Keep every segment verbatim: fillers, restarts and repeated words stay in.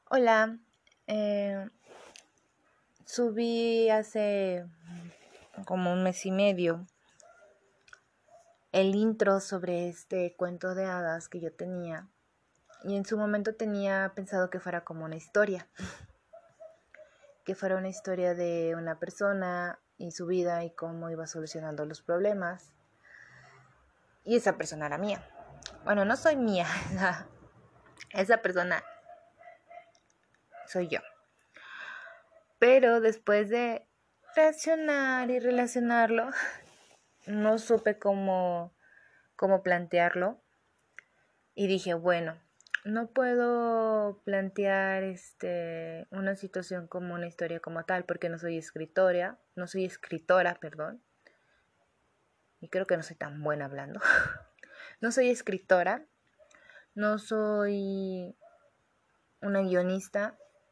Hola, eh, subí hace como un mes y medio el intro sobre este cuento de hadas que yo tenía y en su momento tenía pensado que fuera como una historia, que fuera una historia de una persona y su vida y cómo iba solucionando los problemas y esa persona era mía. Bueno, no soy mía, esa persona soy yo. Pero después de reaccionar y relacionarlo, no supe cómo, cómo plantearlo y dije, bueno, no puedo plantear este, una situación como una historia como tal porque no soy escritora, no soy escritora, perdón, y creo que no soy tan buena hablando. No soy escritora, no soy una guionista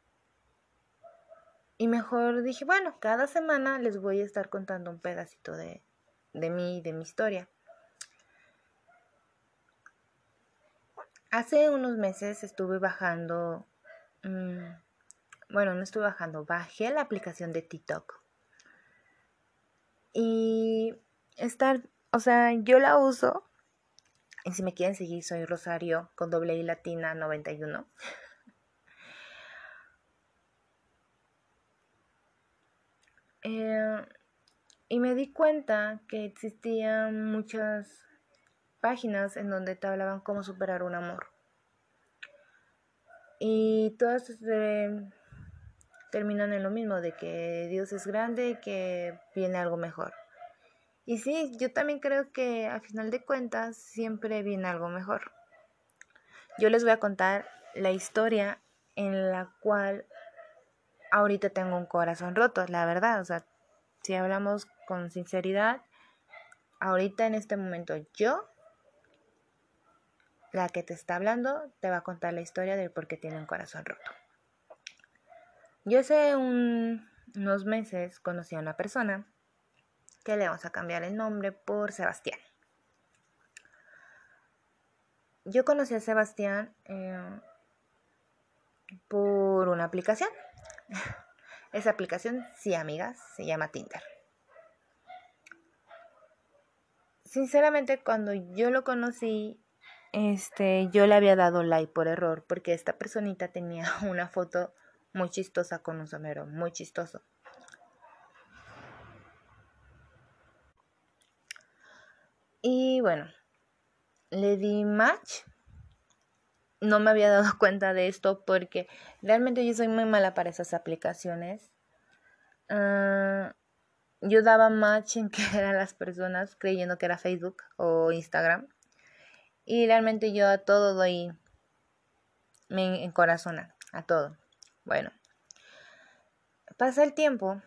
y mejor dije, bueno, cada semana les voy a estar contando un pedacito de, de mí, de mi historia. Hace unos meses estuve bajando, mmm, bueno, no estuve bajando, bajé la aplicación de TikTok. Y estar, o sea, yo la uso. Y si me quieren seguir, soy Rosario con doble I latina noventa y uno. Eh, y me di cuenta que existían muchas páginas en donde te hablaban cómo superar un amor. Y todas eh, terminan en lo mismo, de que Dios es grande y que viene algo mejor. Y sí, yo también creo que a final de cuentas siempre viene algo mejor. Yo les voy a contar la historia en la cual ahorita tengo un corazón roto, la verdad. O sea, si hablamos con sinceridad, ahorita en este momento yo, la que te está hablando, te va a contar la historia de por qué tiene un corazón roto. Yo hace un, unos meses conocí a una persona que le vamos a cambiar el nombre por Sebastián. Yo conocí a Sebastián eh, por una aplicación. Esa aplicación, sí, amigas, se llama Tinder. Sinceramente, cuando yo lo conocí, este, yo le había dado like por error porque esta personita tenía una foto muy chistosa con un sombrero muy chistoso. Y bueno, le di match. No me había dado cuenta de esto porque realmente yo soy muy mala para esas aplicaciones. Uh, yo daba match en que eran las personas creyendo que era Facebook o Instagram. Y realmente yo a todo doy, me encorazona, a todo. Bueno, pasa el tiempo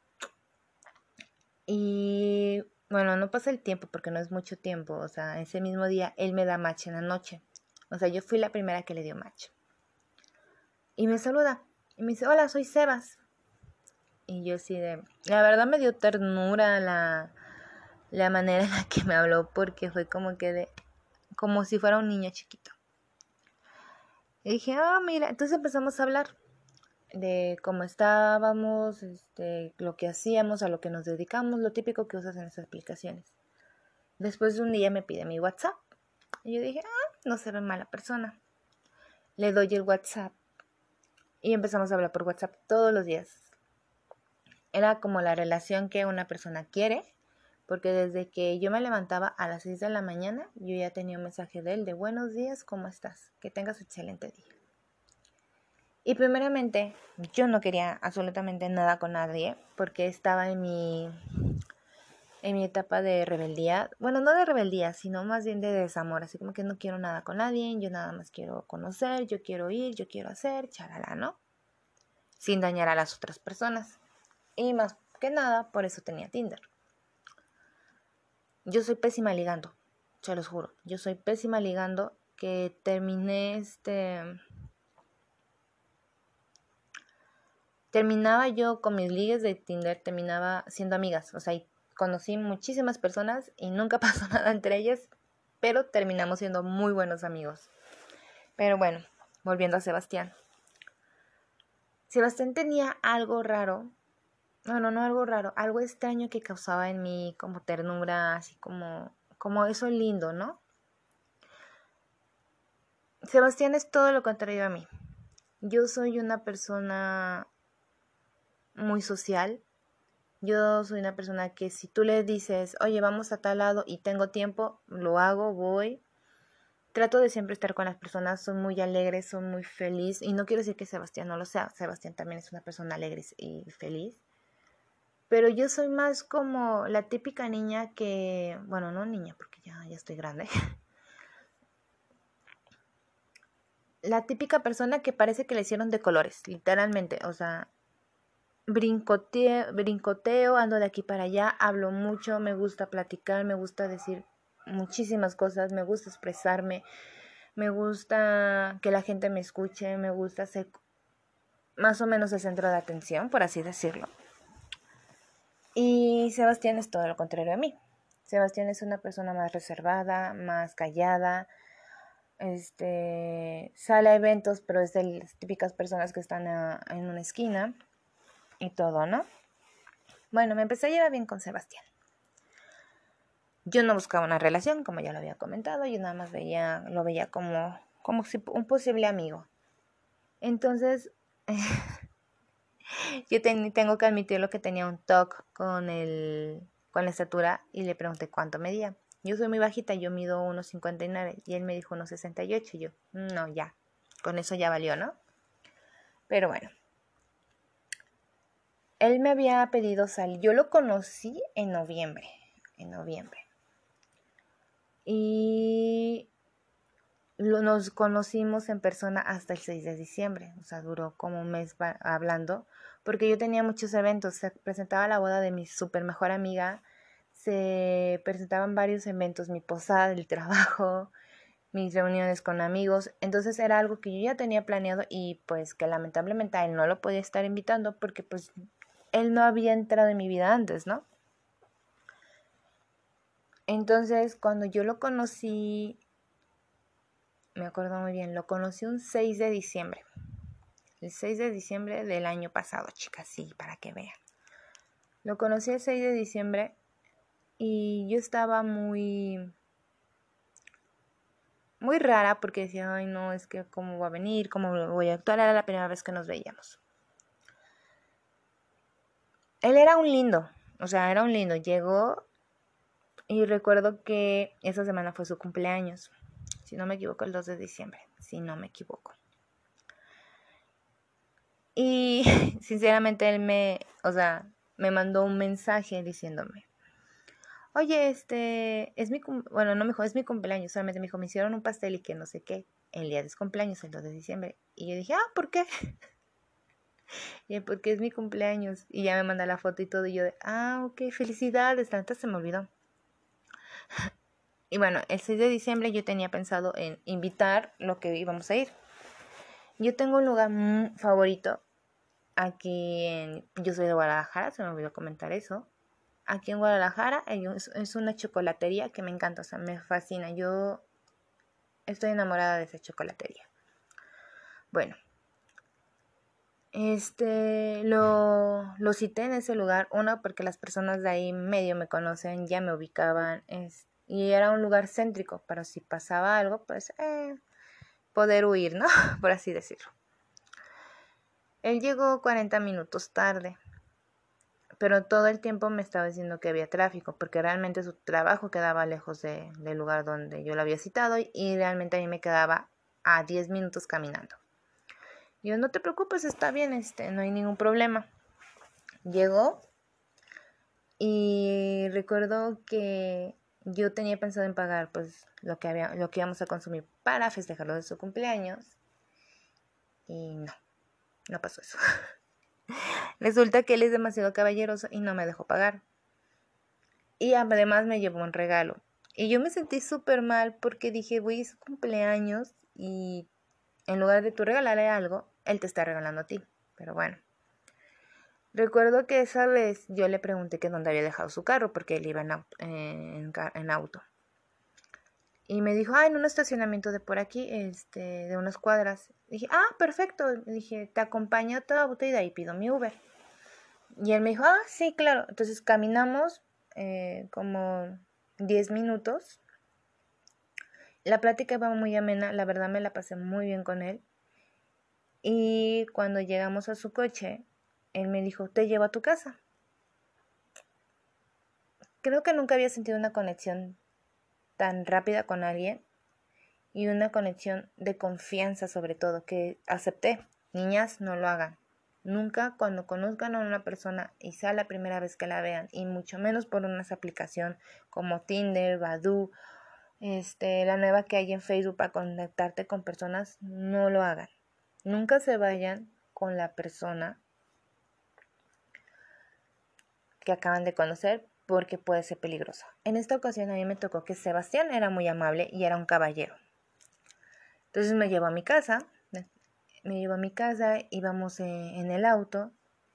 y bueno, no pasa el tiempo porque no es mucho tiempo. O sea, ese mismo día él me da match en la noche. O sea, yo fui la primera que le dio match. Y me saluda. Y me dice, hola, soy Sebas. Y yo así de... La verdad me dio ternura la, la manera en la que me habló porque fue como que de... Como si fuera un niño chiquito. Y dije, ah, mira. Entonces empezamos a hablar de cómo estábamos, este, lo que hacíamos, a lo que nos dedicamos, lo típico que usas en esas aplicaciones. Después de un día me pide mi WhatsApp. Y yo dije, ah, no será mala persona. Le doy el WhatsApp. Y empezamos a hablar por WhatsApp todos los días. Era como la relación que una persona quiere. Porque desde que yo me levantaba a las seis de la mañana, yo ya tenía un mensaje de él de buenos días, ¿cómo estás? Que tengas un excelente día. Y primeramente, yo no quería absolutamente nada con nadie. Porque estaba en mi... en mi etapa de rebeldía, bueno, no de rebeldía, sino más bien de desamor, así como que no quiero nada con nadie, yo nada más quiero conocer, yo quiero ir, yo quiero hacer, charala, ¿no? Sin dañar a las otras personas. Y más que nada, por eso tenía Tinder. Yo soy pésima ligando, se los juro, yo soy pésima ligando, que terminé este... Terminaba yo con mis ligues de Tinder, terminaba siendo amigas, o sea, y conocí muchísimas personas y nunca pasó nada entre ellas, pero terminamos siendo muy buenos amigos. Pero bueno, volviendo a Sebastián. Sebastián tenía algo raro, no, no, no algo raro, algo extraño que causaba en mí como ternura, así como, como eso lindo, ¿no? Sebastián es todo lo contrario a mí. Yo soy una persona muy social. Yo soy una persona que si tú le dices, oye, vamos a tal lado y tengo tiempo, lo hago, voy. Trato de siempre estar con las personas, soy muy alegre, soy muy feliz. Y no quiero decir que Sebastián no lo sea, Sebastián también es una persona alegre y feliz. Pero yo soy más como la típica niña que, bueno, no niña porque ya, ya estoy grande. La típica persona que parece que le hicieron de colores, literalmente. O sea, brincoteo, brincoteo, ando de aquí para allá, hablo mucho, me gusta platicar, me gusta decir muchísimas cosas, me gusta expresarme, me gusta que la gente me escuche, me gusta ser más o menos el centro de atención, por así decirlo. Y Sebastián es todo lo contrario a mí. Sebastián es una persona más reservada, más callada, este, sale a eventos, pero es de las típicas personas que están a, en una esquina y todo, ¿no? Bueno, me empecé a llevar bien con Sebastián. Yo no buscaba una relación, como ya lo había comentado, yo nada más veía, lo veía como, como si un posible amigo. Entonces, yo ten, tengo que admitir lo que tenía un toque con, el, con la estatura y le pregunté cuánto medía. Yo soy muy bajita, yo mido uno cincuenta y nueve y él me dijo uno sesenta y ocho y yo, no, ya, con eso ya valió, ¿no? Pero bueno, él me había pedido salir, yo lo conocí en noviembre, en noviembre. Y lo, nos conocimos en persona hasta el seis de diciembre, o sea, duró como un mes hablando, porque yo tenía muchos eventos, se presentaba la boda de mi super mejor amiga, se presentaban varios eventos, mi posada del trabajo, mis reuniones con amigos, entonces era algo que yo ya tenía planeado y pues que lamentablemente a él no lo podía estar invitando porque pues él no había entrado en mi vida antes, ¿no? Entonces cuando yo lo conocí, me acuerdo muy bien, lo conocí un seis de diciembre, el seis de diciembre del año pasado, chicas, sí, para que vean. Lo conocí el seis de diciembre y yo estaba muy... muy rara porque decía, ay no, es que cómo va a venir, cómo voy a actuar, era la primera vez que nos veíamos. Él era un lindo, o sea, era un lindo, llegó y recuerdo que esa semana fue su cumpleaños, si no me equivoco, el dos de diciembre, si no me equivoco. Y sinceramente él me, o sea, me mandó un mensaje diciéndome, oye, este, es mi, bueno, no me dijo, es mi cumpleaños, solamente me dijo, me hicieron un pastel y que no sé qué, el día de su cumpleaños, el dos de diciembre. Y yo dije, ah, ¿por qué? Y porque es mi cumpleaños. Y ya me manda la foto y todo. Y yo de, ah, ok, felicidades. Tanta se me olvidó. Y bueno, el seis de diciembre yo tenía pensado en invitar lo que íbamos a ir. Yo tengo un lugar muy favorito. Aquí en, yo soy de Guadalajara, se me olvidó comentar eso. Aquí en Guadalajara es una chocolatería que me encanta, o sea, me fascina. Yo estoy enamorada de esa chocolatería. Bueno, Este, lo, lo cité en ese lugar, una porque las personas de ahí medio me conocen, ya me ubicaban, es, y era un lugar céntrico, para si pasaba algo, pues eh, poder huir, ¿no? Por así decirlo. Él llegó cuarenta minutos tarde, pero todo el tiempo me estaba diciendo que había tráfico, porque realmente su trabajo quedaba lejos de, del lugar donde yo lo había citado y realmente a mí me quedaba a diez minutos caminando. Yo, no te preocupes, está bien, este, no hay ningún problema. Llegó y recuerdo que yo tenía pensado en pagar pues lo que había, lo que íbamos a consumir para festejarlo de su cumpleaños. Y no, no pasó eso. Resulta que él es demasiado caballeroso y no me dejó pagar. Y además me llevó un regalo. Y yo me sentí súper mal porque dije, güey, es su cumpleaños y en lugar de tú regalarle algo, él te está regalando a ti. Pero bueno. Recuerdo que esa vez yo le pregunté que dónde había dejado su carro porque él iba en auto, en, en auto. Y me dijo, ah, en un estacionamiento de por aquí, este, de unas cuadras. Dije, ah, perfecto. Dije, te acompaño a toda botella y pido mi Uber. Y él me dijo, ah, sí, claro. Entonces caminamos eh, como diez minutos. La plática iba muy amena, la verdad me la pasé muy bien con él. Y cuando llegamos a su coche, él me dijo, te llevo a tu casa. Creo que nunca había sentido una conexión tan rápida con alguien y una conexión de confianza sobre todo, que acepté. Niñas, no lo hagan. Nunca cuando conozcan a una persona y sea la primera vez que la vean, y mucho menos por una aplicación como Tinder, Badoo, este, la nueva que hay en Facebook para conectarte con personas, no lo hagan. Nunca se vayan con la persona que acaban de conocer porque puede ser peligroso. En esta ocasión a mí me tocó que Sebastián era muy amable y era un caballero. Entonces me llevó a mi casa, me llevó a mi casa, íbamos en el auto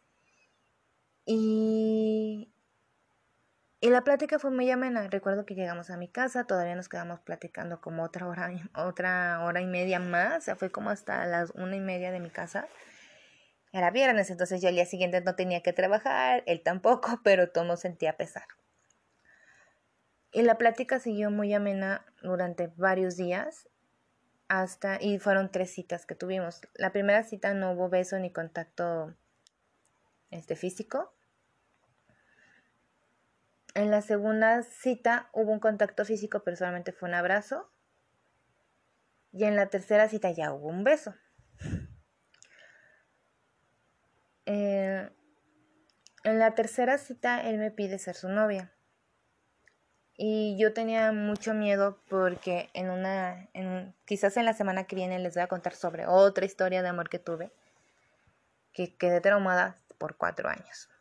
y, y la plática fue muy amena. Recuerdo que llegamos a mi casa, todavía nos quedamos platicando como otra hora, otra hora y media más, o sea, fue como hasta las una y media de mi casa. Era viernes, entonces yo al día siguiente no tenía que trabajar, él tampoco, pero todo sentía pesar. Y la plática siguió muy amena durante varios días, hasta, y fueron tres citas que tuvimos. La primera cita no hubo beso ni contacto este, físico. En la segunda cita hubo un contacto físico, pero solamente fue un abrazo. Y en la tercera cita ya hubo un beso. Eh, en la tercera cita él me pide ser su novia. Y yo tenía mucho miedo porque en una, en, quizás en la semana que viene les voy a contar sobre otra historia de amor que tuve, que quedé traumada por cuatro años.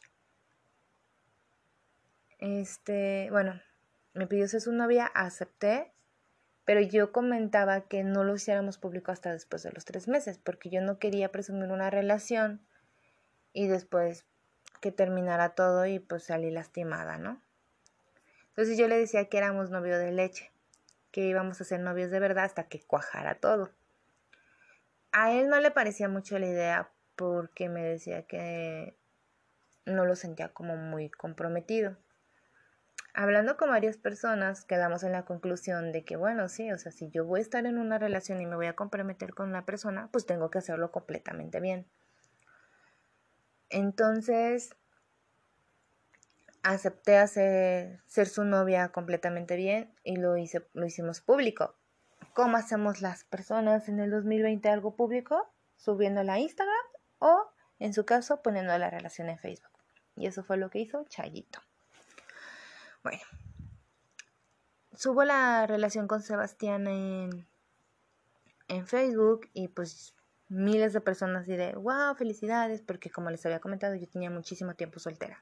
Este, bueno, me pidió ser su novia, acepté, pero yo comentaba que no lo hiciéramos público hasta después de los tres meses, porque yo no quería presumir una relación y después que terminara todo y pues salí lastimada, ¿no? Entonces yo le decía que éramos novios de leche, que íbamos a ser novios de verdad hasta que cuajara todo. A él no le parecía mucho la idea porque me decía que no lo sentía como muy comprometido. Hablando con varias personas, quedamos en la conclusión de que, bueno, sí, o sea, si yo voy a estar en una relación y me voy a comprometer con una persona, pues tengo que hacerlo completamente bien. Entonces, acepté hacer, ser su novia completamente bien y lo, hice, lo hicimos público. ¿Cómo hacemos las personas en el dos mil veinte algo público? Subiéndola a Instagram o, en su caso, poniendo la relación en Facebook. Y eso fue lo que hizo Chayito. Bueno, subo la relación con Sebastián en, en Facebook y pues miles de personas diré, wow, felicidades, porque como les había comentado, yo tenía muchísimo tiempo soltera.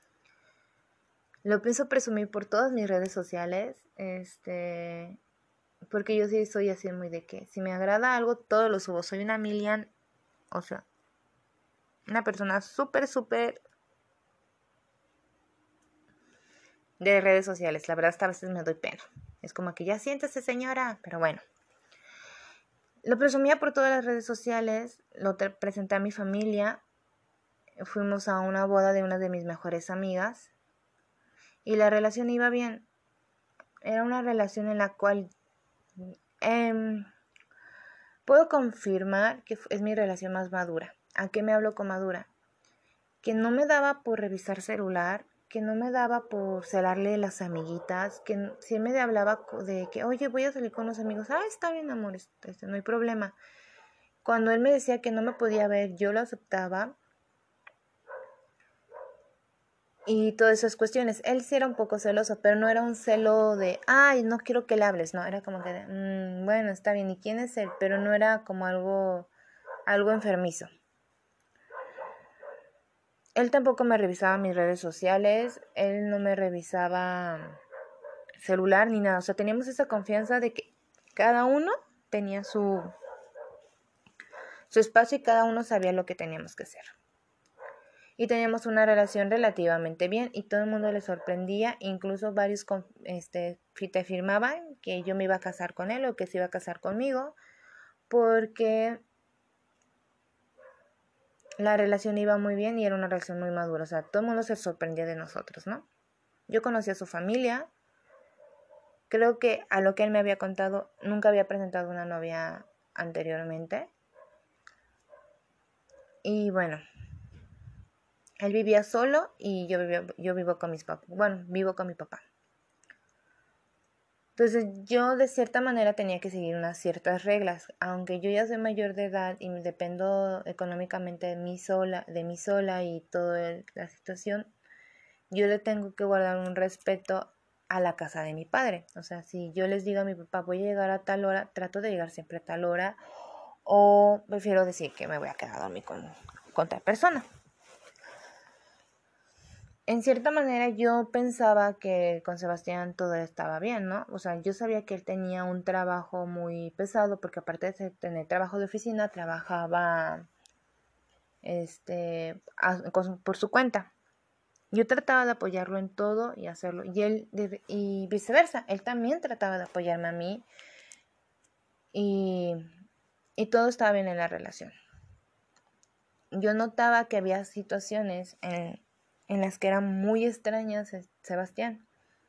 Lo pienso presumir por todas mis redes sociales, este, porque yo sí soy así muy de que si me agrada algo, todo lo subo. Soy una Milian, o sea, una persona súper, súper de redes sociales. La verdad, hasta a veces me doy pena. Es como que ya siéntese, señora, pero bueno. Lo presumía por todas las redes sociales, lo presenté a mi familia, fuimos a una boda de una de mis mejores amigas y la relación iba bien. Era una relación en la cual eh, puedo confirmar que es mi relación más madura. ¿A qué me hablo con madura? Que no me daba por revisar celular, que no me daba por celarle las amiguitas, que si él me hablaba de que, oye, voy a salir con los amigos, ah, está bien, amor, este, no hay problema. Cuando él me decía que no me podía ver, yo lo aceptaba. Y todas esas cuestiones. Él sí era un poco celoso, pero no era un celo de, ay, no quiero que le hables, no, era como que, de, mmm, bueno, está bien, ¿y quién es él? Pero no era como algo, algo enfermizo. Él tampoco me revisaba mis redes sociales, él no me revisaba celular ni nada, o sea, teníamos esa confianza de que cada uno tenía su, su espacio y cada uno sabía lo que teníamos que hacer. Y teníamos una relación relativamente bien y todo el mundo le sorprendía, incluso varios este, te afirmaban que yo me iba a casar con él o que se iba a casar conmigo, porque la relación iba muy bien y era una relación muy madura. O sea, todo el mundo se sorprendía de nosotros, ¿no? Yo conocí a su familia. Creo que a lo que él me había contado, nunca había presentado una novia anteriormente. Y bueno, él vivía solo y yo, vivía, yo vivo con mis papás. Bueno, vivo con mi papá. Entonces yo de cierta manera tenía que seguir unas ciertas reglas. Aunque yo ya soy mayor de edad y dependo económicamente de mí sola, de mí sola y toda la situación, yo le tengo que guardar un respeto a la casa de mi padre. O sea, si yo les digo a mi papá voy a llegar a tal hora, trato de llegar siempre a tal hora, o prefiero decir que me voy a quedar a dormir con, con tal persona. En cierta manera yo pensaba que con Sebastián todo estaba bien, ¿no? O sea, yo sabía que él tenía un trabajo muy pesado porque aparte de tener trabajo de oficina, trabajaba este, a, por su cuenta. Yo trataba de apoyarlo en todo y hacerlo, y él, y viceversa, él también trataba de apoyarme a mí y, y todo estaba bien en la relación. Yo notaba que había situaciones en, en las que eran muy extrañas, Sebastián.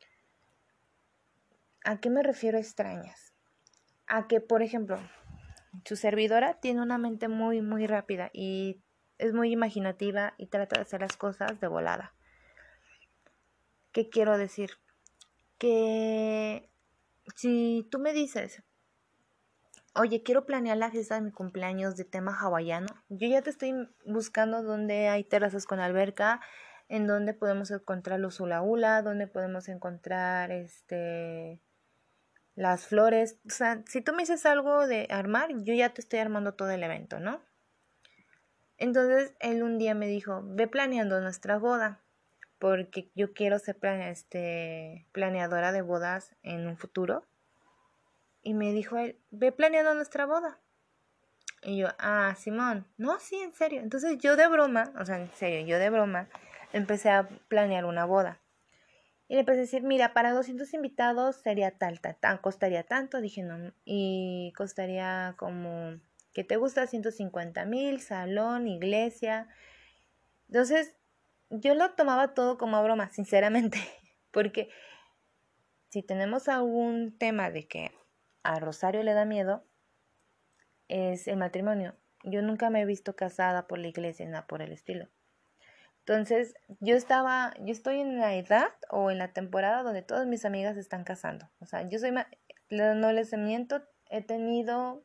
¿A qué me refiero extrañas? A que, por ejemplo, su servidora tiene una mente muy, muy rápida y es muy imaginativa y trata de hacer las cosas de volada. ¿Qué quiero decir? Que si tú me dices, oye, quiero planear la fiesta de mi cumpleaños de tema hawaiano, yo ya te estoy buscando donde hay terrazas con alberca, en donde podemos encontrar los hula hula, donde podemos encontrar este las flores. O sea, si tú me dices algo de armar, yo ya te estoy armando todo el evento, ¿no? Entonces él un día me dijo, ve planeando nuestra boda, porque yo quiero ser plane este, planeadora de bodas en un futuro. Y me dijo él, ve planeando nuestra boda. Y yo, ah, Simón, no, sí, en serio. Entonces yo de broma, o sea, en serio, yo de broma, empecé a planear una boda. Y le empecé a decir, mira, para doscientos invitados sería tal, tal, tal, costaría tanto. Dije, no, y costaría como, ¿qué te gusta? ciento cincuenta mil, salón, iglesia. Entonces, yo lo tomaba todo como broma, sinceramente. Porque si tenemos algún tema de que a Rosario le da miedo, es el matrimonio. Yo nunca me he visto casada por la iglesia, nada por el estilo. Entonces, yo estaba, yo estoy en la edad o en la temporada donde todas mis amigas se están casando. O sea, yo soy, no les miento, he tenido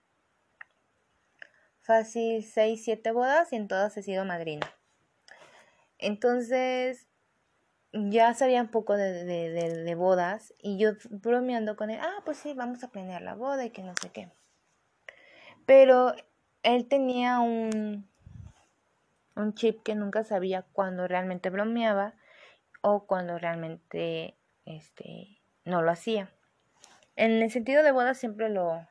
fácil seis, siete bodas y en todas he sido madrina. Entonces, ya sabía un poco de, de, de, de bodas y yo bromeando con él, ah, pues sí, vamos a planear la boda y que no sé qué. Pero él tenía un, un chip que nunca sabía cuando realmente bromeaba o cuando realmente este, no lo hacía. En el sentido de boda siempre lo,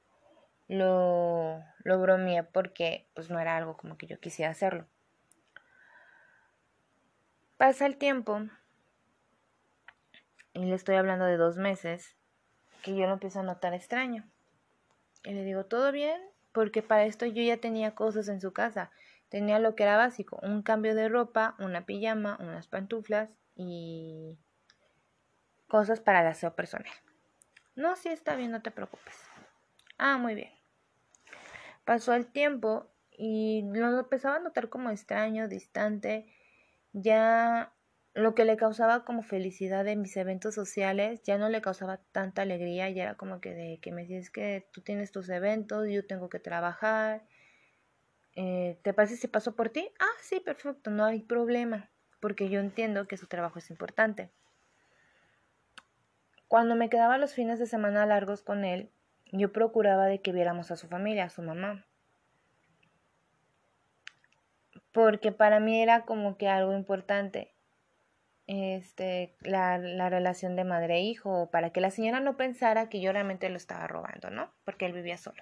lo, lo bromeé porque pues no era algo como que yo quisiera hacerlo. Pasa el tiempo y le estoy hablando de dos meses que yo lo empiezo a notar extraño. Y le digo, ¿todo bien? Porque para esto yo ya tenía cosas en su casa. Tenía lo que era básico, un cambio de ropa, una pijama, unas pantuflas y cosas para el aseo personal. No, sí está bien, no te preocupes. Ah, muy bien. Pasó el tiempo y lo empezaba a notar como extraño, distante. Ya lo que le causaba como felicidad en mis eventos sociales ya no le causaba tanta alegría. Ya era como que de que me dices que tú tienes tus eventos, yo tengo que trabajar. Eh, ¿te parece si paso por ti? Ah, sí, perfecto, no hay problema, porque yo entiendo que su trabajo es importante. Cuando me quedaba los fines de semana largos con él, yo procuraba de que viéramos a su familia, a su mamá. Porque para mí era como que algo importante, este, la, la relación de madre e hijo, para que la señora no pensara que yo realmente lo estaba robando, ¿no? Porque él vivía solo.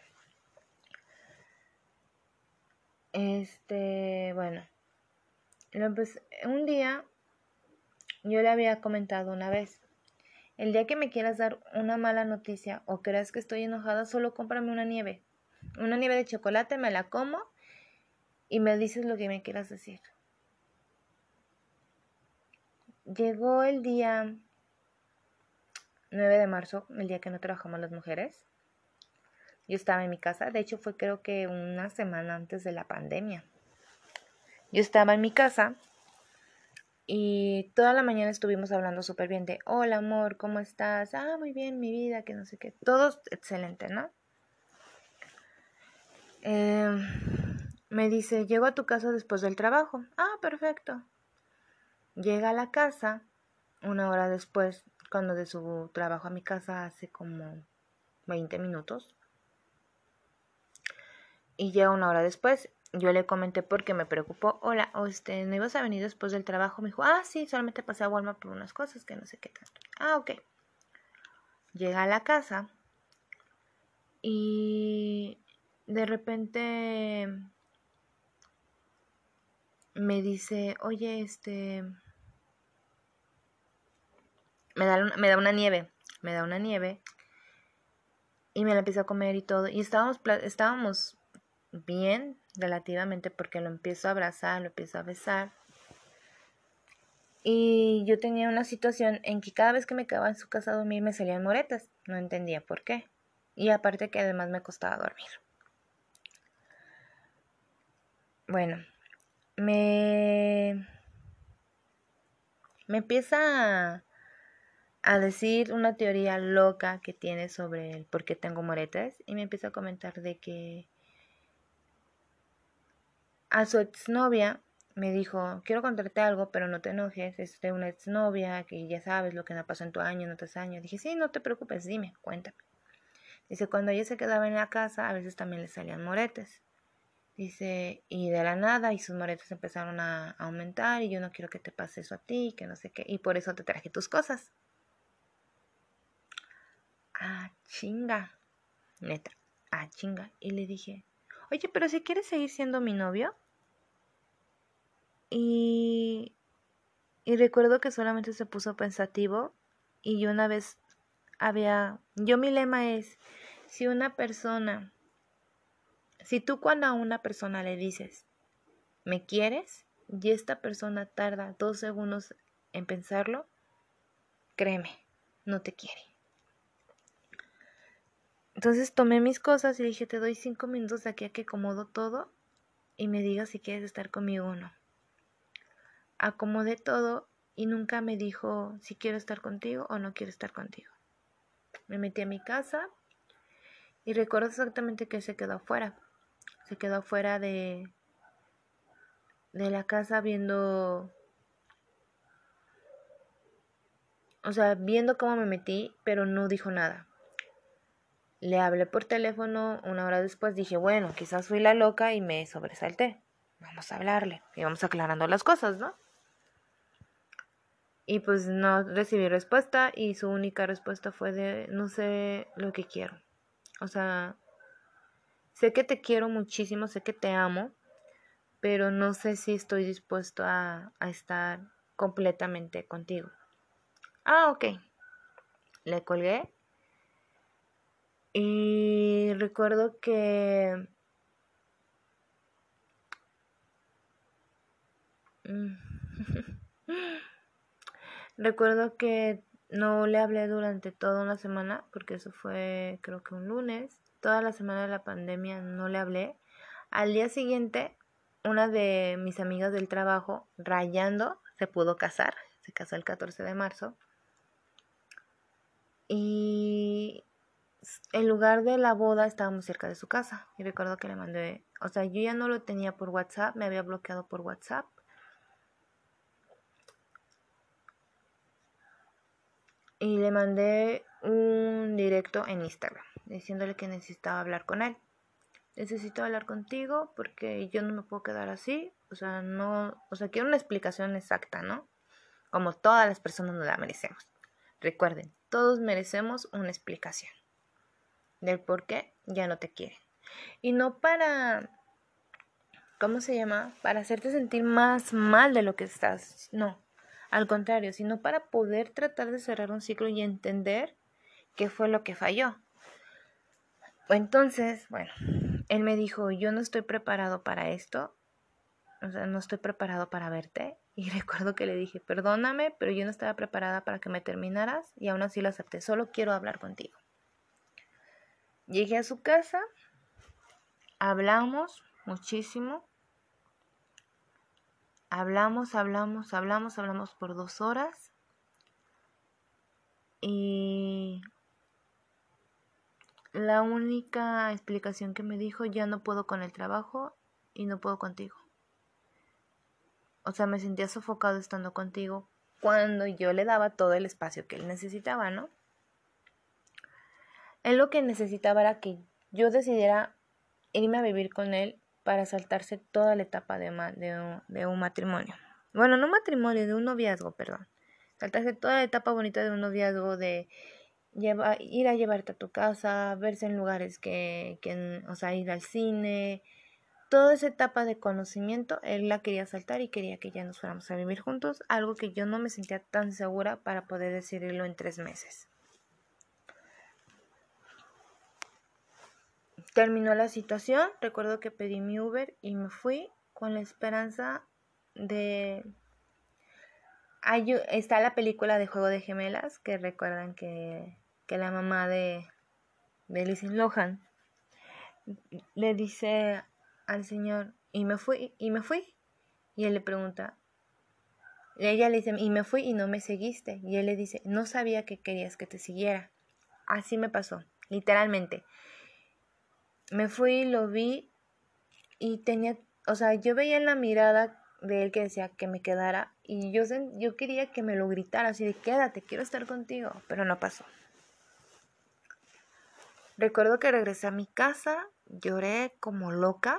Este, bueno, lo empecé, un día yo le había comentado una vez, el día que me quieras dar una mala noticia o creas que estoy enojada, solo cómprame una nieve. una nieve de chocolate, me la como y me dices lo que me quieras decir. Llegó el día nueve de marzo, el día que no trabajamos las mujeres. Yo estaba en mi casa, de hecho fue creo que una semana antes de la pandemia. Yo estaba en mi casa y toda la mañana estuvimos hablando súper bien de, hola amor, ¿cómo estás? Ah, muy bien, mi vida, que no sé qué. Todo excelente, ¿no? Eh, me dice, llego a tu casa después del trabajo. Ah, perfecto. Llega a la casa una hora después, cuando de su trabajo a mi casa hace como veinte minutos. Y llega una hora después. Yo le comenté porque me preocupó. Hola, este, ¿no ibas a venir después del trabajo? Me dijo, ah, sí, solamente pasé a Walmart por unas cosas que no sé qué tanto. Ah, ok. Llega a la casa y de repente me dice, oye, este, me da, una, me da una nieve, me da una nieve y me la empiezo a comer y todo. Y estábamos, estábamos bien relativamente porque lo empiezo a abrazar, lo empiezo a besar. Y yo tenía una situación en que cada vez que me quedaba en su casa a dormir me salían moretas. No entendía por qué. Y aparte que además me costaba dormir. Bueno, me, me empieza a, a decir una teoría loca que tiene sobre el por qué tengo moretas. Y me empieza a comentar de que a su exnovia me dijo, quiero contarte algo, pero no te enojes, es de una exnovia que ya sabes lo que me pasó en tu año, en otros años. Dije, sí, no te preocupes, dime, cuéntame. Dice, cuando ella se quedaba en la casa, a veces también le salían moretes. Dice, y de la nada, y sus moretes empezaron a aumentar, y yo no quiero que te pase eso a ti, que no sé qué, y por eso te traje tus cosas. Ah, chinga, neta, ah, chinga. Y le dije, oye, pero si quieres seguir siendo mi novio. Y, y recuerdo que solamente se puso pensativo, y yo una vez había, yo mi lema es, si una persona, si tú cuando a una persona le dices, ¿me quieres? Y esta persona tarda dos segundos en pensarlo, créeme, no te quiere. Entonces tomé mis cosas y dije, te doy cinco minutos de aquí a que acomodo todo y me digas si quieres estar conmigo o no. Acomodé todo y nunca me dijo si quiero estar contigo o no quiero estar contigo. Me metí a mi casa y recuerdo exactamente que se quedó afuera. Se quedó afuera de, de la casa viendo, o sea, viendo cómo me metí, pero no dijo nada. Le hablé por teléfono una hora después, dije, bueno, quizás fui la loca y me sobresalté. Vamos a hablarle y vamos aclarando las cosas, ¿no? Y pues no recibí respuesta y su única respuesta fue de, no sé lo que quiero. O sea, sé que te quiero muchísimo, sé que te amo, pero no sé si estoy dispuesto a, a estar completamente contigo. Ah, ok. Le colgué y recuerdo que... Recuerdo que no le hablé durante toda una semana, porque eso fue creo que un lunes. Toda la semana de la pandemia no le hablé. Al día siguiente, una de mis amigas del trabajo, rayando, se pudo casar. Se casó el catorce de marzo. Y el lugar de la boda estábamos cerca de su casa. Y recuerdo que le mandé, o sea, yo ya no lo tenía por WhatsApp, me había bloqueado por WhatsApp. Y le mandé un directo en Instagram, diciéndole que necesitaba hablar con él. Necesito hablar contigo porque yo no me puedo quedar así. O sea, no, o sea, quiero una explicación exacta, ¿no? Como todas las personas nos la merecemos. Recuerden, todos merecemos una explicación del por qué ya no te quieren. Y no para, ¿cómo se llama? Para hacerte sentir más mal de lo que estás. No, al contrario, sino para poder tratar de cerrar un ciclo y entender qué fue lo que falló. Entonces, bueno, él me dijo, yo no estoy preparado para esto, o sea, no estoy preparado para verte. Y recuerdo que le dije, perdóname, pero yo no estaba preparada para que me terminaras y aún así lo acepté, solo quiero hablar contigo. Llegué a su casa, hablamos muchísimo, hablamos, hablamos, hablamos, hablamos por dos horas y la única explicación que me dijo, ya no puedo con el trabajo y no puedo contigo. O sea, me sentía sofocado estando contigo cuando yo le daba todo el espacio que él necesitaba, ¿no? Él lo que necesitaba era que yo decidiera irme a vivir con él para saltarse toda la etapa de, ma- de, un, de un matrimonio. Bueno, no matrimonio, de un noviazgo, perdón. Saltarse toda la etapa bonita de un noviazgo, de lleva, ir a llevarte a tu casa, verse en lugares que, que, o sea, ir al cine. Toda esa etapa de conocimiento, él la quería saltar y quería que ya nos fuéramos a vivir juntos, algo que yo no me sentía tan segura para poder decidirlo en tres meses. Terminó la situación, recuerdo que pedí mi Uber y me fui con la esperanza de... Hay, está la película de Juego de Gemelas, que recuerdan que, que la mamá de, de Lindsay Lohan le dice al señor, y me fui, y me fui. Y él le pregunta, y ella le dice, y me fui y no me seguiste. Y él le dice, no sabía que querías que te siguiera. Así me pasó, literalmente. Me fui, lo vi y tenía, o sea, yo veía en la mirada de él que decía que me quedara y yo, yo quería que me lo gritara así de quédate, quiero estar contigo, pero no pasó. Recuerdo que regresé a mi casa, lloré como loca.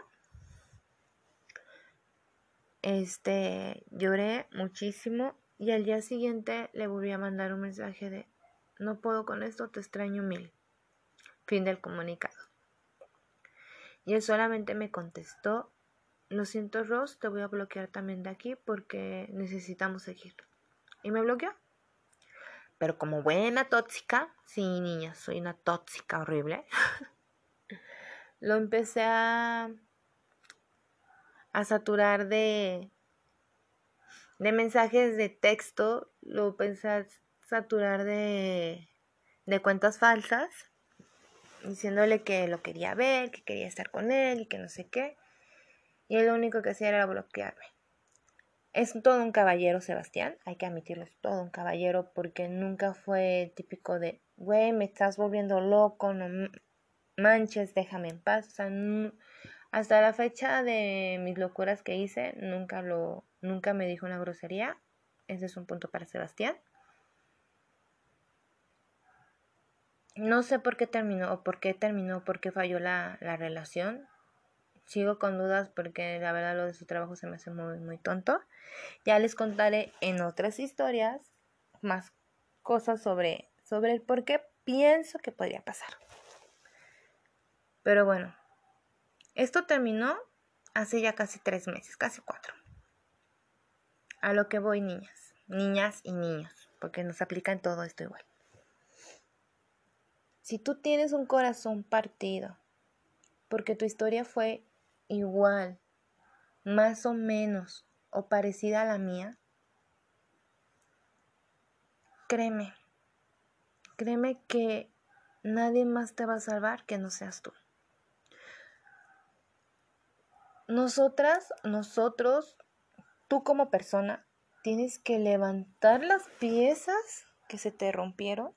Este, lloré muchísimo y al día siguiente le volví a mandar un mensaje de no puedo con esto, te extraño mil. Fin del comunicado. Y él solamente me contestó, lo siento Ros, te voy a bloquear también de aquí porque necesitamos seguir. Y me bloqueó. Pero como buena tóxica, sí niña, soy una tóxica horrible. Lo empecé a, a saturar de, de mensajes de texto, lo empecé a saturar de, de cuentas falsas, diciéndole que lo quería ver, que quería estar con él y que no sé qué. Y él lo único que hacía era bloquearme. Es todo un caballero, Sebastián, hay que admitirlo, es todo un caballero porque nunca fue típico de, güey, me estás volviendo loco, no manches, déjame en paz. O sea, no, hasta la fecha de mis locuras que hice, nunca lo, nunca me dijo una grosería. Ese es un punto para Sebastián. No sé por qué terminó, o por qué terminó, por qué falló la, la relación. Sigo con dudas porque la verdad lo de su trabajo se me hace muy, muy tonto. Ya les contaré en otras historias más cosas sobre, sobre el por qué pienso que podría pasar. Pero bueno, esto terminó hace ya casi tres meses, casi cuatro. A lo que voy, niñas, niñas y niños, porque nos aplica en todo esto igual. Si tú tienes un corazón partido, porque tu historia fue igual, más o menos, o parecida a la mía, créeme, créeme que nadie más te va a salvar que no seas tú. Nosotras, nosotros, tú como persona, tienes que levantar las piezas que se te rompieron,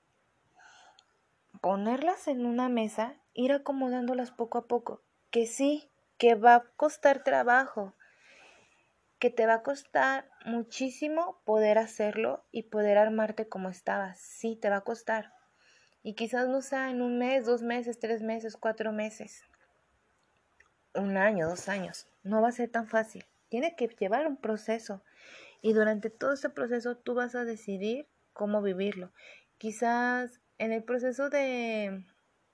ponerlas en una mesa, ir acomodándolas poco a poco. Que sí, que va a costar trabajo, que te va a costar muchísimo poder hacerlo y poder armarte como estabas. Sí, te va a costar. Y quizás no sea en un mes, dos meses, tres meses, cuatro meses, un año, dos años. No va a ser tan fácil. Tiene que llevar un proceso. Y durante todo ese proceso tú vas a decidir cómo vivirlo. Quizás en el proceso de,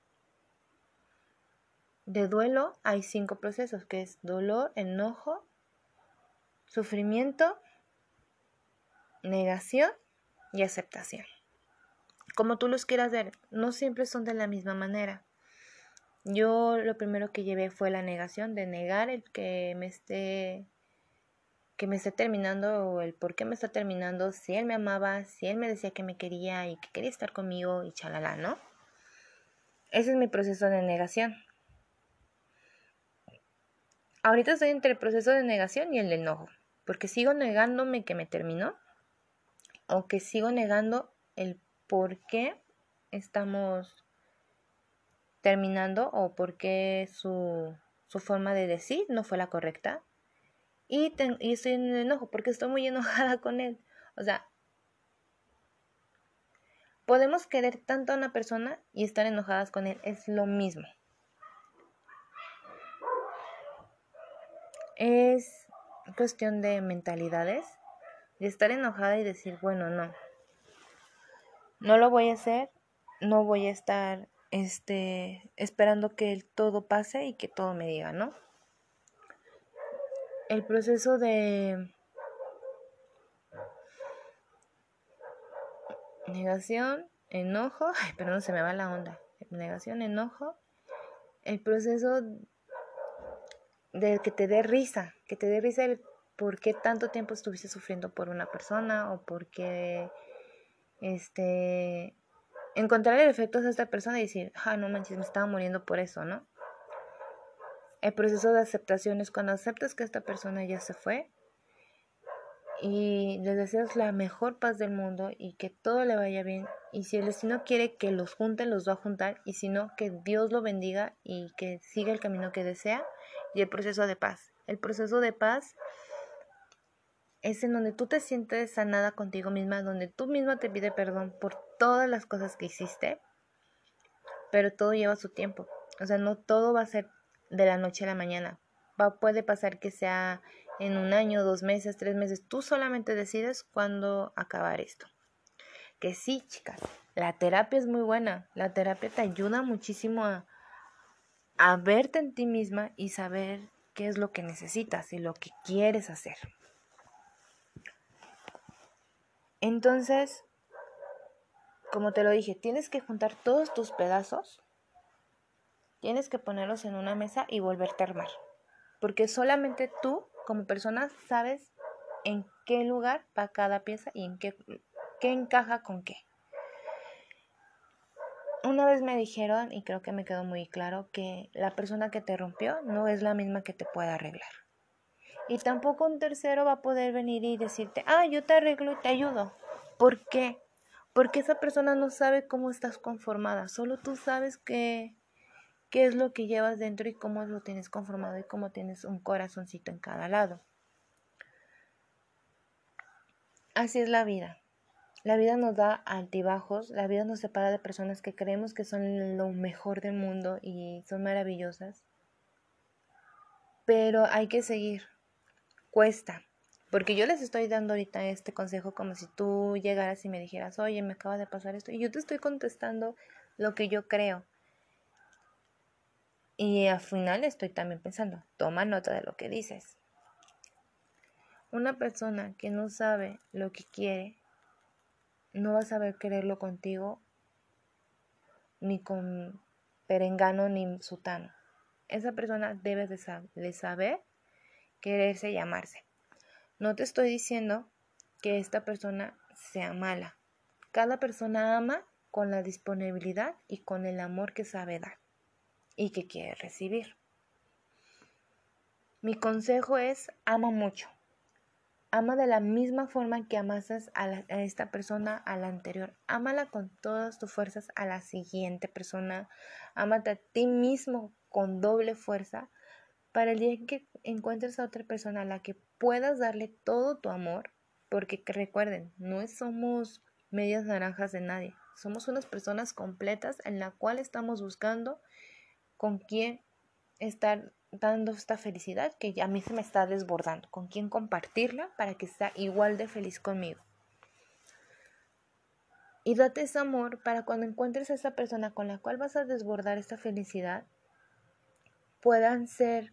de duelo hay cinco procesos, que es dolor, enojo, sufrimiento, negación y aceptación. Como tú los quieras ver, no siempre son de la misma manera. Yo lo primero que llevé fue la negación, de negar el que me esté que me esté terminando o el por qué me está terminando, si él me amaba, si él me decía que me quería y que quería estar conmigo y chalala, ¿no? Ese es mi proceso de negación. Ahorita estoy entre el proceso de negación y el de enojo, porque sigo negándome que me terminó o que sigo negando el por qué estamos terminando o por qué su, su forma de decir no fue la correcta. Y, ten, y estoy en el enojo porque estoy muy enojada con él. O sea, podemos querer tanto a una persona y estar enojadas con él. Es lo mismo. Es cuestión de mentalidades, de estar enojada y decir, bueno, no. No lo voy a hacer. No voy a estar este, esperando que todo pase y que todo me diga, ¿no? El proceso de negación, enojo, ay, perdón, se me va la onda. Negación, enojo, el proceso de que te dé risa, que te dé risa el por qué tanto tiempo estuviste sufriendo por una persona o por qué este encontrar el efecto de esta persona y decir, ah, no manches, me estaba muriendo por eso, ¿no? El proceso de aceptación es cuando aceptas que esta persona ya se fue y le deseas la mejor paz del mundo y que todo le vaya bien. Y si el destino quiere que los junte, los va a juntar. Y si no, que Dios lo bendiga y que siga el camino que desea. Y el proceso de paz. El proceso de paz es en donde tú te sientes sanada contigo misma, donde tú misma te pide perdón por todas las cosas que hiciste. Pero todo lleva su tiempo. O sea, no todo va a ser de la noche a la mañana. Va, puede pasar que sea en un año, dos meses, tres meses. Tú solamente decides cuándo acabar esto. Que sí, chicas, la terapia es muy buena. La terapia te ayuda muchísimo a, a verte en ti misma y saber qué es lo que necesitas y lo que quieres hacer. Entonces, como te lo dije, tienes que juntar todos tus pedazos, tienes que ponerlos en una mesa y volverte a armar. Porque solamente tú, como persona, sabes en qué lugar va cada pieza y en qué, qué encaja con qué. Una vez me dijeron, y creo que me quedó muy claro, que la persona que te rompió no es la misma que te puede arreglar. Y tampoco un tercero va a poder venir y decirte, ah, yo te arreglo y te ayudo. ¿Por qué? Porque esa persona no sabe cómo estás conformada. Solo tú sabes qué, qué es lo que llevas dentro y cómo lo tienes conformado y cómo tienes un corazoncito en cada lado. Así es la vida. La vida nos da altibajos, la vida nos separa de personas que creemos que son lo mejor del mundo y son maravillosas. Pero hay que seguir. Cuesta. Porque yo les estoy dando ahorita este consejo como si tú llegaras y me dijeras, oye, me acaba de pasar esto. Y yo te estoy contestando lo que yo creo. Y al final estoy también pensando, toma nota de lo que dices. Una persona que no sabe lo que quiere, no va a saber quererlo contigo, ni con perengano, ni sutano. Esa persona debe de, sab- de saber quererse y amarse. No te estoy diciendo que esta persona sea mala. Cada persona ama con la disponibilidad y con el amor que sabe dar y que quiere recibir. Mi consejo es, ama mucho. Ama de la misma forma que amases a, la, a esta persona, a la anterior. Ámala con todas tus fuerzas a la siguiente persona. Ámate a ti mismo con doble fuerza para el día en que encuentres a otra persona a la que puedas darle todo tu amor. Porque recuerden, no somos medias naranjas de nadie. Somos unas personas completas en la cual estamos buscando con quién estar dando esta felicidad que a mí se me está desbordando, con quién compartirla para que sea igual de feliz conmigo. Y date ese amor para cuando encuentres a esa persona con la cual vas a desbordar esta felicidad, puedan ser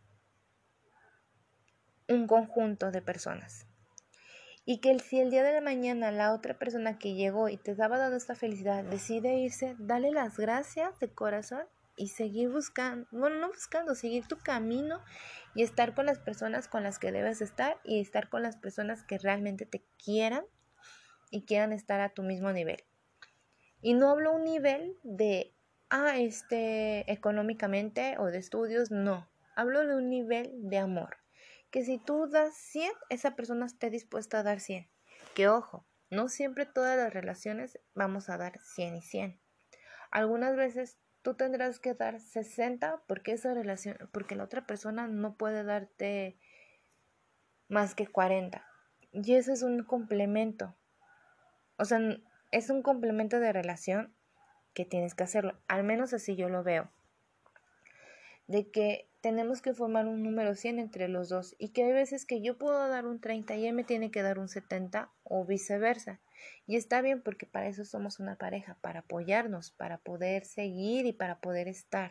un conjunto de personas. Y que si el día de la mañana la otra persona que llegó y te estaba dando esta felicidad decide irse, dale las gracias de corazón y seguir buscando, bueno, no buscando, seguir tu camino y estar con las personas con las que debes estar y estar con las personas que realmente te quieran y quieran estar a tu mismo nivel. Y no hablo un nivel de, ah, este, económicamente o de estudios, no. Hablo de un nivel de amor. Que si tú das cien, esa persona esté dispuesta a dar cien. Que ojo, no siempre todas las relaciones vamos a dar cien y cien. Algunas veces tú tendrás que dar sesenta porque esa relación, porque la otra persona no puede darte más que cuarenta. Y eso es un complemento. O sea, es un complemento de relación que tienes que hacerlo. Al menos así yo lo veo. De que tenemos que formar un número cien entre los dos y que hay veces que yo puedo dar un treinta y él me tiene que dar un setenta o viceversa. Y está bien porque para eso somos una pareja, para apoyarnos, para poder seguir y para poder estar.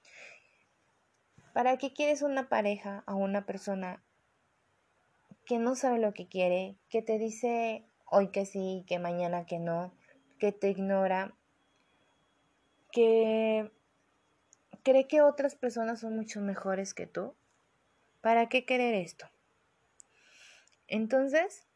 ¿Para qué quieres una pareja a una persona que no sabe lo que quiere, que te dice hoy que sí, que mañana que no, que te ignora, que cree que otras personas son mucho mejores que tú? ¿Para qué querer esto? Entonces,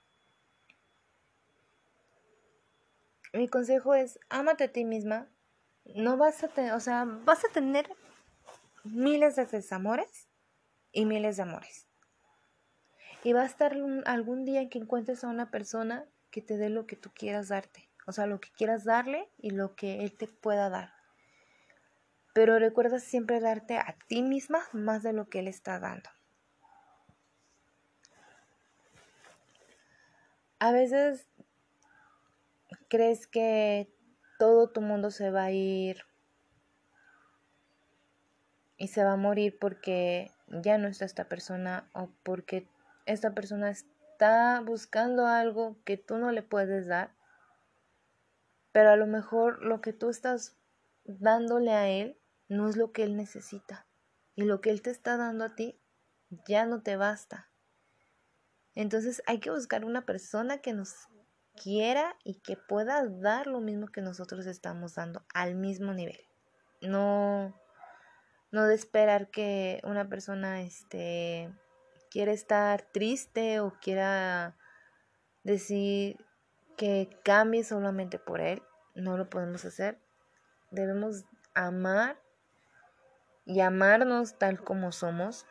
mi consejo es, ámate a ti misma. No vas a tener, o sea, vas a tener miles de desamores y miles de amores. Y va a estar un, algún día en que encuentres a una persona que te dé lo que tú quieras darte. O sea, lo que quieras darle y lo que él te pueda dar. Pero recuerda siempre darte a ti misma más de lo que él está dando. A veces crees que todo tu mundo se va a ir y se va a morir porque ya no está esta persona o porque esta persona está buscando algo que tú no le puedes dar, pero a lo mejor lo que tú estás dándole a él no es lo que él necesita y lo que él te está dando a ti ya no te basta. Entonces hay que buscar una persona que nos quiera y que pueda dar lo mismo que nosotros estamos dando al mismo nivel. No No de esperar que una persona este, quiera estar triste o quiera decir que cambie solamente por él. No lo podemos hacer. Debemos amar y amarnos tal como somos.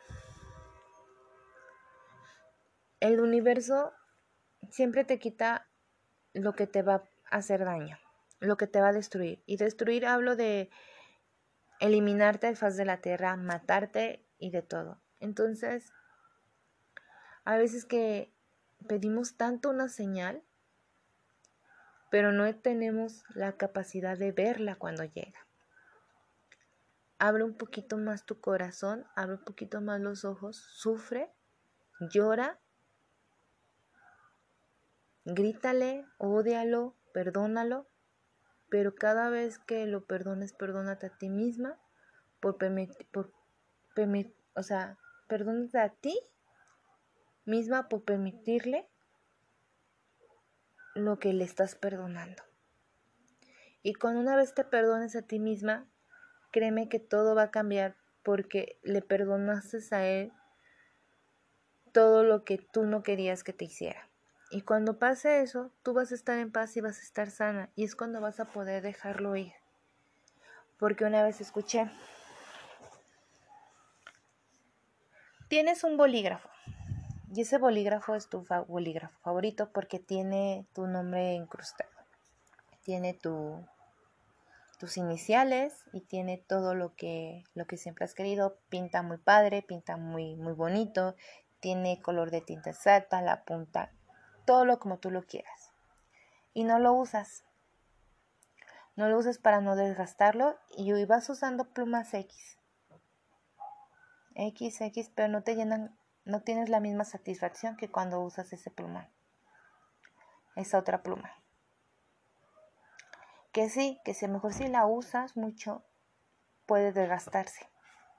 El universo siempre te quita lo que te va a hacer daño, lo que te va a destruir. Y destruir hablo de eliminarte del faz de la tierra, matarte y de todo. Entonces, a veces que pedimos tanto una señal, pero no tenemos la capacidad de verla cuando llega. Abre un poquito más tu corazón, abre un poquito más los ojos, sufre, llora, grítale, ódialo, perdónalo, pero cada vez que lo perdones, perdónate a ti misma por permitir, por permit, o sea, perdónate a ti misma por permitirle lo que le estás perdonando. Y cuando una vez te perdones a ti misma, créeme que todo va a cambiar porque le perdonaste a él todo lo que tú no querías que te hiciera. Y cuando pase eso, tú vas a estar en paz y vas a estar sana. Y es cuando vas a poder dejarlo ir. Porque una vez escuché, tienes un bolígrafo. Y ese bolígrafo es tu fa- bolígrafo favorito porque tiene tu nombre incrustado. Tiene tu tus iniciales y tiene todo lo que, lo que siempre has querido. Pinta muy padre, pinta muy, muy bonito, tiene color de tinta exacta, la punta, todo lo como tú lo quieras. Y no lo usas. No lo usas para no desgastarlo y vas usando plumas X. X, X, pero no te llenan, no tienes la misma satisfacción que cuando usas ese plumón. Esa otra pluma. Que sí, que si mejor si la usas mucho, puede desgastarse.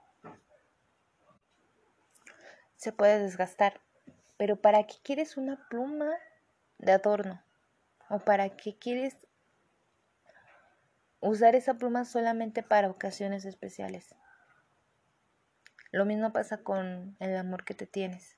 Se puede desgastar. Pero ¿para qué quieres una pluma de adorno? ¿O para qué quieres usar esa pluma solamente para ocasiones especiales. Lo mismo pasa con el amor que te tienes.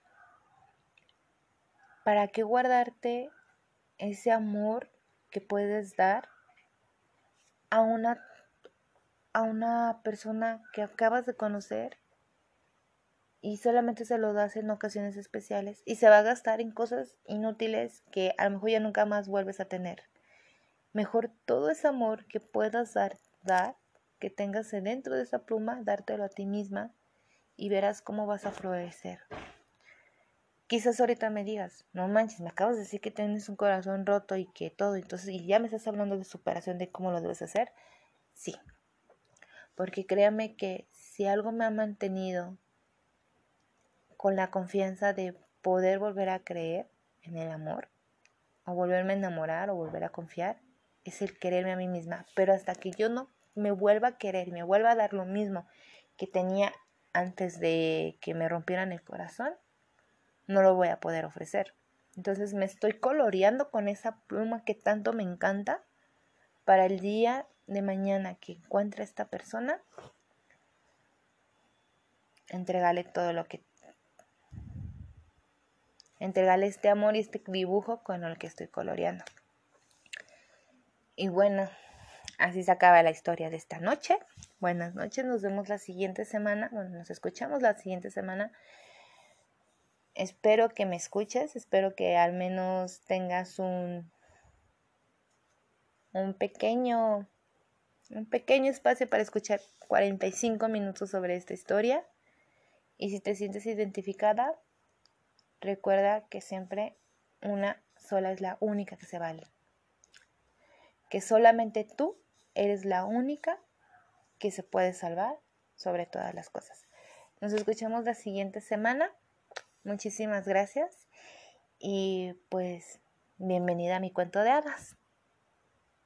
¿Para qué guardarte ese amor que puedes dar a una, a una persona que acabas de conocer y solamente se lo das en ocasiones especiales y se va a gastar en cosas inútiles que a lo mejor ya nunca más vuelves a tener? Mejor todo ese amor que puedas dar, dar, que tengas dentro de esa pluma, dártelo a ti misma y verás cómo vas a florecer. Quizás ahorita me digas, no manches, me acabas de decir que tienes un corazón roto y que todo, entonces, y ya me estás hablando de superación, de cómo lo debes hacer. Sí, porque créame que si algo me ha mantenido con la confianza de poder volver a creer en el amor, o volverme a enamorar, o volver a confiar, es el quererme a mí misma. Pero hasta que yo no me vuelva a querer y me vuelva a dar lo mismo que tenía antes de que me rompieran el corazón, no lo voy a poder ofrecer. Entonces me estoy coloreando con esa pluma que tanto me encanta para el día de mañana que encuentre a esta persona, entregarle todo lo que entregarle este amor y este dibujo con el que estoy coloreando. Y bueno, así se acaba la historia de esta noche. Buenas noches, nos vemos la siguiente semana. Bueno, nos escuchamos la siguiente semana. Espero que me escuches, espero que al menos tengas un, un pequeño, un pequeño espacio para escuchar cuarenta y cinco minutos sobre esta historia. Y si te sientes identificada, recuerda que siempre una sola es la única que se vale. Que solamente tú eres la única que se puede salvar sobre todas las cosas. Nos escuchamos la siguiente semana. Muchísimas gracias y pues bienvenida a mi cuento de hadas.